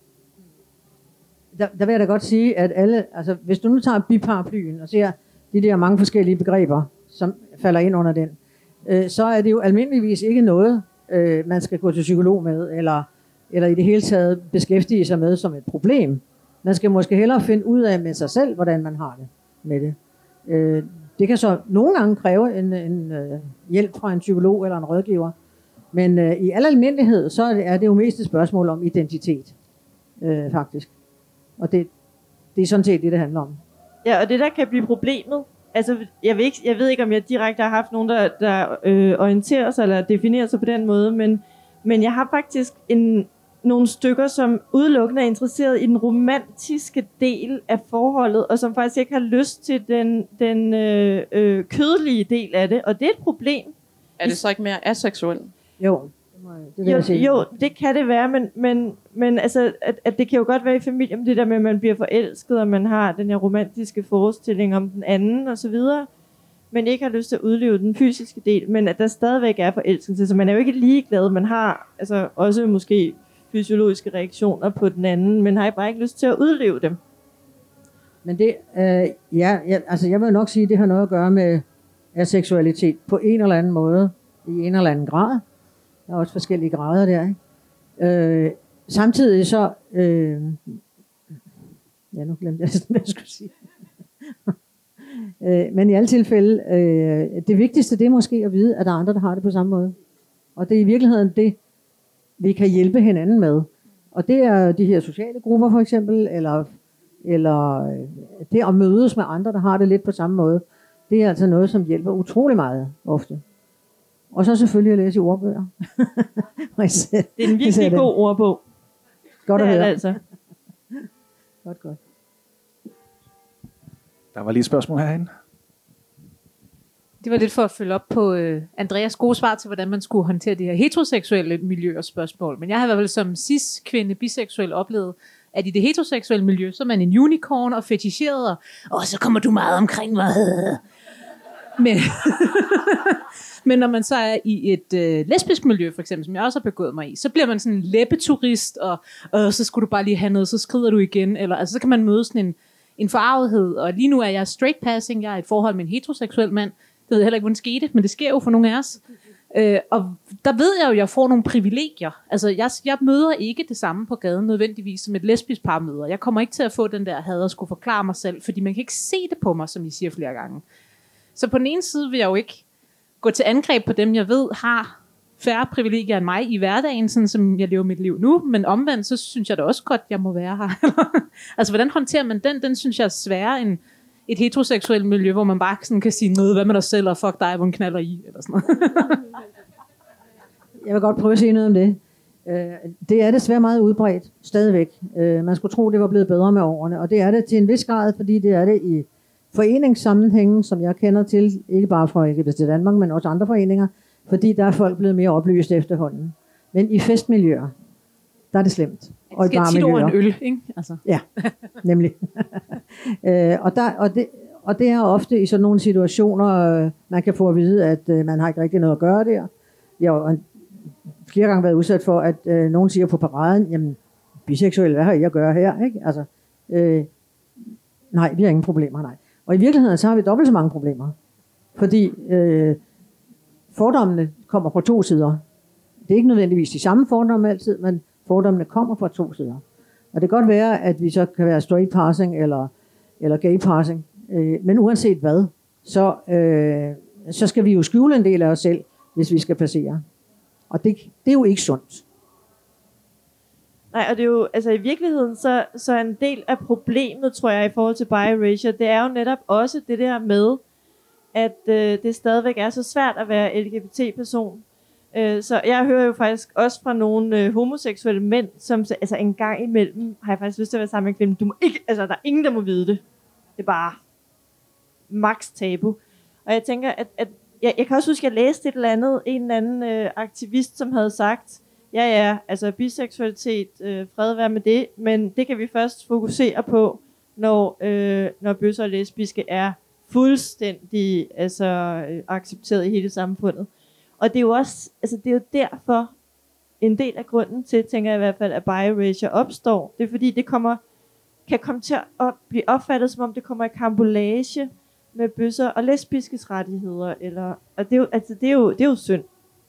Der vil jeg da godt sige, at alle, altså hvis du nu tager biparaplyen og ser de der mange forskellige begreber, som falder ind under den, så er det jo almindeligvis ikke noget, man skal gå til psykolog med, eller i det hele taget beskæftige sig med som et problem. Man skal måske hellere finde ud af med sig selv, hvordan man har det med det. Det kan så nogle gange kræve en hjælp fra en psykolog eller en rådgiver, men i al almindelighed, så er det jo mest et spørgsmål om identitet, faktisk. Og det er sådan set det handler om. Ja, og det der kan blive problemet, altså jeg ved ikke om jeg direkte har haft nogen, der orienterer sig eller definerer sig på den måde, men jeg har faktisk nogle stykker, som udelukkende er interesseret i den romantiske del af forholdet, og som faktisk ikke har lyst til den kødelige del af det, og det er et problem. Er det så ikke mere aseksuelt? Jo. Jo, det kan det være, men altså, at det kan jo godt være i familien, det der med, at man bliver forelsket, og man har den her romantiske forestilling om den anden, og så videre, men ikke har lyst til at udleve den fysiske del, men at der stadigvæk er forelskelse, så man er jo ikke ligeglad, man har altså også måske fysiologiske reaktioner på den anden, men har bare ikke lyst til at udleve dem. Men det, altså jeg vil nok sige, at det har noget at gøre med aseksualitet på en eller anden måde, i en eller anden grad. Der er også forskellige grader der, ikke? Samtidig så... nu glemte jeg, hvad jeg skulle sige. Men i alle tilfælde, det vigtigste, det er måske at vide, at der er andre, der har det på samme måde. Og det er i virkeligheden det, vi kan hjælpe hinanden med. Og det er de her sociale grupper for eksempel, eller det at mødes med andre, der har det lidt på samme måde. Det er altså noget, som hjælper utrolig meget ofte. Og så selvfølgelig at læse i ordbøger. Det er en virkelig god ordbog. Godt at høre. Altså. Godt. Der var lige et spørgsmål herinde. Det var lidt for at følge op på Andreas gode svar til, hvordan man skulle håndtere de her heteroseksuelle miljøer spørgsmål. Men jeg har i hvert fald som cis-kvinde, biseksuel oplevet, at i det heteroseksuelle miljø, så er man en unicorn og feticheret, og så kommer du meget omkring mig. Men når man så er i et lesbisk miljø, for eksempel, som jeg også har begået mig i, så bliver man sådan en læbeturist, og så skulle du bare lige have noget, så skrider du igen. Eller, altså, så kan man møde sådan en forarvethed. Og lige nu er jeg straight passing, jeg er i et forhold med en heteroseksuel mand. Det ved jeg heller ikke, hvordan det skete, men det sker jo for nogle af os. Og der ved jeg jo, at jeg får nogle privilegier. Altså, jeg møder ikke det samme på gaden nødvendigvis, som et lesbisk par møder. Jeg kommer ikke til at få den der had og skulle forklare mig selv, fordi man kan ikke se det på mig, som I siger flere gange. Så på den ene side vil jeg jo ikke gå til angreb på dem, jeg ved har færre privilegier end mig i hverdagen, sådan som jeg lever mit liv nu, men omvendt, så synes jeg da også godt, jeg må være her. Altså, hvordan håndterer man den? Den synes jeg er sværere end et heteroseksuelt miljø, hvor man bare sådan kan sige noget, hvad med dig selv, og fuck dig, hvor en knaller i, eller sådan noget. Jeg vil godt prøve at sige noget om det. Det er desværre meget udbredt, stadigvæk. Man skulle tro, det var blevet bedre med årene, og det er det til en vis grad, fordi det er det i foreningssammenhængen, som jeg kender til, ikke bare fra LGBT Danmark, men også andre foreninger, fordi der er folk blevet mere oplyst efterhånden. Men i festmiljøer, der er det slemt. Det skal tit over en øl, ikke? Altså. Ja, nemlig. Og det er ofte i sådan nogle situationer, man kan få at vide, at man har ikke rigtig noget at gøre der. Jeg har flere gange været udsat for, at nogen siger på paraden, jamen, biseksuelle, hvad har I at gøre her? Ikke? Altså, nej, vi har ingen problemer, nej. Og i virkeligheden, så har vi dobbelt så mange problemer. Fordi fordommene kommer fra to sider. Det er ikke nødvendigvis de samme fordomme altid, men fordommene kommer fra to sider. Og det kan godt være, at vi så kan være straight passing eller gay passing. Men uanset hvad, så skal vi jo skjule en del af os selv, hvis vi skal passere. Og det er jo ikke sundt. Nej, og det er jo, altså i virkeligheden, så en del af problemet, tror jeg, i forhold til bi-erasure, det er jo netop også det der med, at det stadigvæk er så svært at være LGBT-person. Så jeg hører jo faktisk også fra nogle homoseksuelle mænd, som altså en gang imellem har jeg faktisk lyst til at være sammen med en kvinde. Du må ikke, altså der er ingen, der må vide det. Det er bare max tabu. Og jeg tænker, at jeg kan også huske, at jeg læste en eller anden aktivist, som havde sagt, ja, altså biseksualitet, fred være med det, men det kan vi først fokusere på, når bøsser og lesbiske er fuldstændig accepteret i hele samfundet. Og det er jo også, altså det er jo derfor en del af grunden til, tænker jeg i hvert fald, at bi-erasure opstår. Det er fordi, det kan komme til at blive opfattet, som om det kommer i karambolage med bøsser og lesbiskes rettigheder. Og det er jo synd.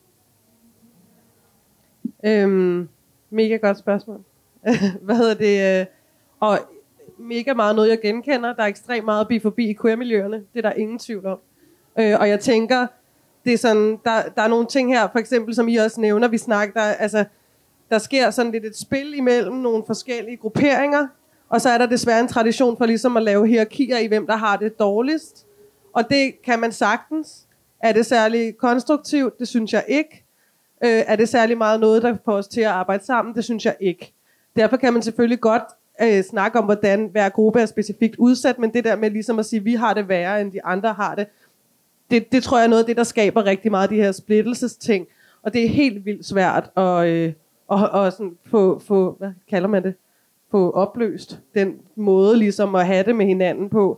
Mega godt spørgsmål. Hvad hedder det? Og mega meget noget, jeg genkender. Der er ekstremt meget bifobi i queer-miljøerne. Det er der ingen tvivl om. Og jeg tænker, det er sådan, der er nogle ting her, for eksempel, som I også nævner, vi snakker, der sker sådan lidt et spil imellem nogle forskellige grupperinger, og så er der desværre en tradition for ligesom at lave hierarkier i, hvem der har det dårligst. Og det kan man sagtens. Er det særlig konstruktivt? Det synes jeg ikke. Er det særlig meget noget, der får os til at arbejde sammen? Det synes jeg ikke. Derfor kan man selvfølgelig godt snakke om, hvordan hver gruppe er specifikt udsat, men det der med ligesom at sige, at vi har det værre, end de andre har det, det tror jeg er noget af det, der skaber rigtig meget af de her splittelsesting. Og det er helt vildt svært at sådan få, hvad kalder man det? Få opløst den måde ligesom at have det med hinanden på.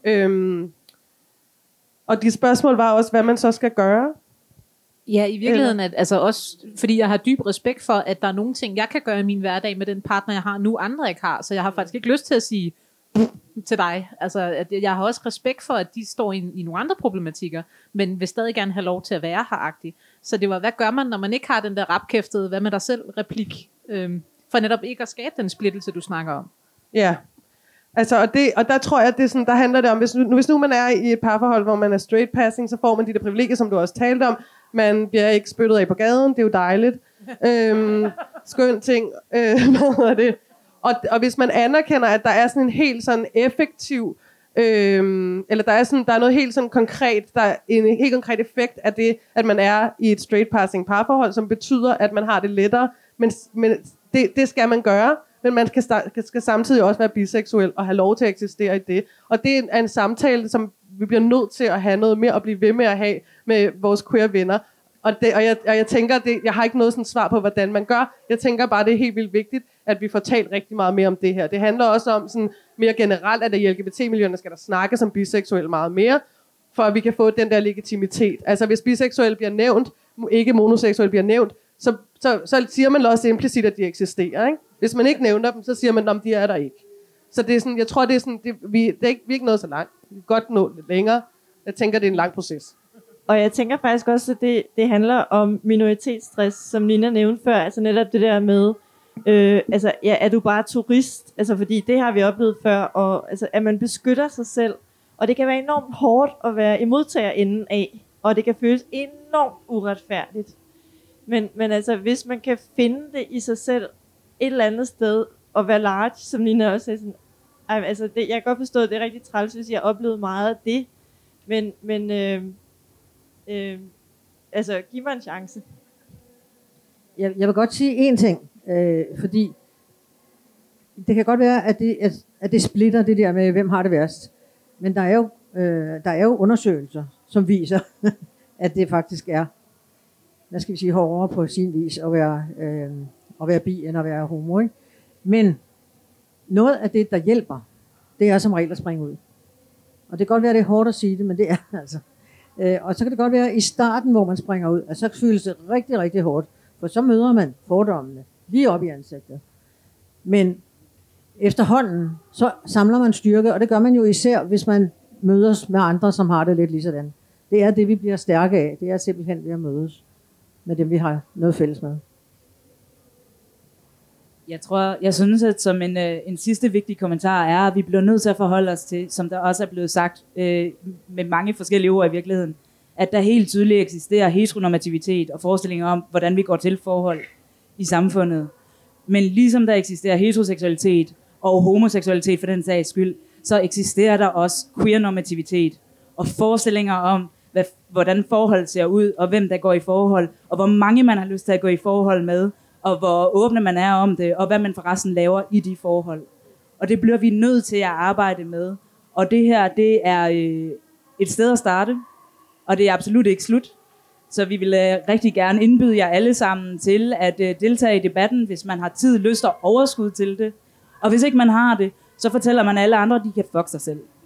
Og de spørgsmål var også, hvad man så skal gøre. Ja, i virkeligheden, at, altså også fordi jeg har dyb respekt for, at der er nogle ting, jeg kan gøre i min hverdag med den partner, jeg har nu, andre ikke har. Så jeg har faktisk ikke lyst til at sige til dig. Altså, at jeg har også respekt for, at de står i nogle andre problematikker, men vil stadig gerne have lov til at være her-agtig. Så det var, hvad gør man, når man ikke har den der rapkæftede, hvad med dig selv replik, for netop ikke at skabe den splittelse, du snakker om. Ja, altså, og der tror jeg, det er sådan, der handler det om, hvis nu man er i et parforhold, hvor man er straight passing, så får man de der privilegier, som du også talte om. Man bliver ikke spyttet af på gaden, det er jo dejligt. Skøn ting. Hvad hedder det? Og hvis man anerkender, at der er sådan en helt sådan effektiv, eller der er noget helt sådan konkret, der er en helt konkret effekt af det, at man er i et straight passing parforhold, som betyder, at man har det lettere. Men det skal man gøre, men man skal samtidig også være biseksuel og have lov til at eksistere i det. Og det er en samtale, som vi bliver nødt til at have noget mere at blive ved med at have med vores queer venner. Og jeg tænker, jeg har ikke noget sådan svar på, hvordan man gør. Jeg tænker bare, det er helt vildt vigtigt, at vi får talt rigtig meget mere om det her. Det handler også om sådan mere generelt, at i LGBT-miljøerne skal der snakkes om biseksuel meget mere, for at vi kan få den der legitimitet. Altså hvis biseksuel bliver nævnt, ikke monoseksuel bliver nævnt, så siger man også implicit, at de eksisterer. Ikke? Hvis man ikke nævner dem, så siger man, om de er der ikke. Så det er sådan, jeg tror, det er sådan, vi er ikke nået så langt. Vi kan godt nå lidt længere. Jeg tænker, det er en lang proces. Og jeg tænker faktisk også, at det handler om minoritetsstress, som Nina nævnte før. Altså netop det der med, er du bare turist? Altså fordi det har vi oplevet før, og altså, at man beskytter sig selv. Og det kan være enormt hårdt at være i modtagerenden af, og det kan føles enormt uretfærdigt. Men altså, hvis man kan finde det i sig selv et eller andet sted, og være large, som Nina også sagde, sådan, jeg kan godt forstå, at det er rigtig træls, hvis jeg har oplevet meget af det. Men giv mig en chance. Jeg vil godt sige én ting, fordi det kan godt være, at det splitter det der med, hvem har det værst. Men der er jo undersøgelser, som viser, at det faktisk er, hvad skal vi sige, hårdere på sin vis at være at være bi, end at være homo, ikke? Men noget af det, der hjælper, det er som regel at springe ud. Og det kan godt være, det er hårdt at sige det, men det er altså. Og så kan det godt være i starten, hvor man springer ud, at så føles det rigtig, rigtig hårdt. For så møder man fordommene lige op i ansigtet. Men efterhånden, så samler man styrke, og det gør man jo især, hvis man mødes med andre, som har det lidt lige sådan. Det er det, vi bliver stærke af. Det er simpelthen ved at mødes med dem, vi har noget fælles med. Jeg synes, at som en sidste vigtig kommentar er, at vi bliver nødt til at forholde os til, som der også er blevet sagt med mange forskellige ord i virkeligheden, at der helt tydeligt eksisterer heteronormativitet og forestillinger om, hvordan vi går til forhold i samfundet. Men ligesom der eksisterer heteroseksualitet og homoseksualitet for den sags skyld, så eksisterer der også queer-normativitet og forestillinger om, hvordan forhold ser ud, og hvem der går i forhold, og hvor mange man har lyst til at gå i forhold med, og hvor åbne man er om det, og hvad man forresten laver i de forhold. Og det bliver vi nødt til at arbejde med. Og det her, det er et sted at starte, og det er absolut ikke slut. Så vi vil rigtig gerne indbyde jer alle sammen til at deltage i debatten, hvis man har tid, lyst og overskud til det. Og hvis ikke man har det, så fortæller man alle andre, at de kan fuck sig selv.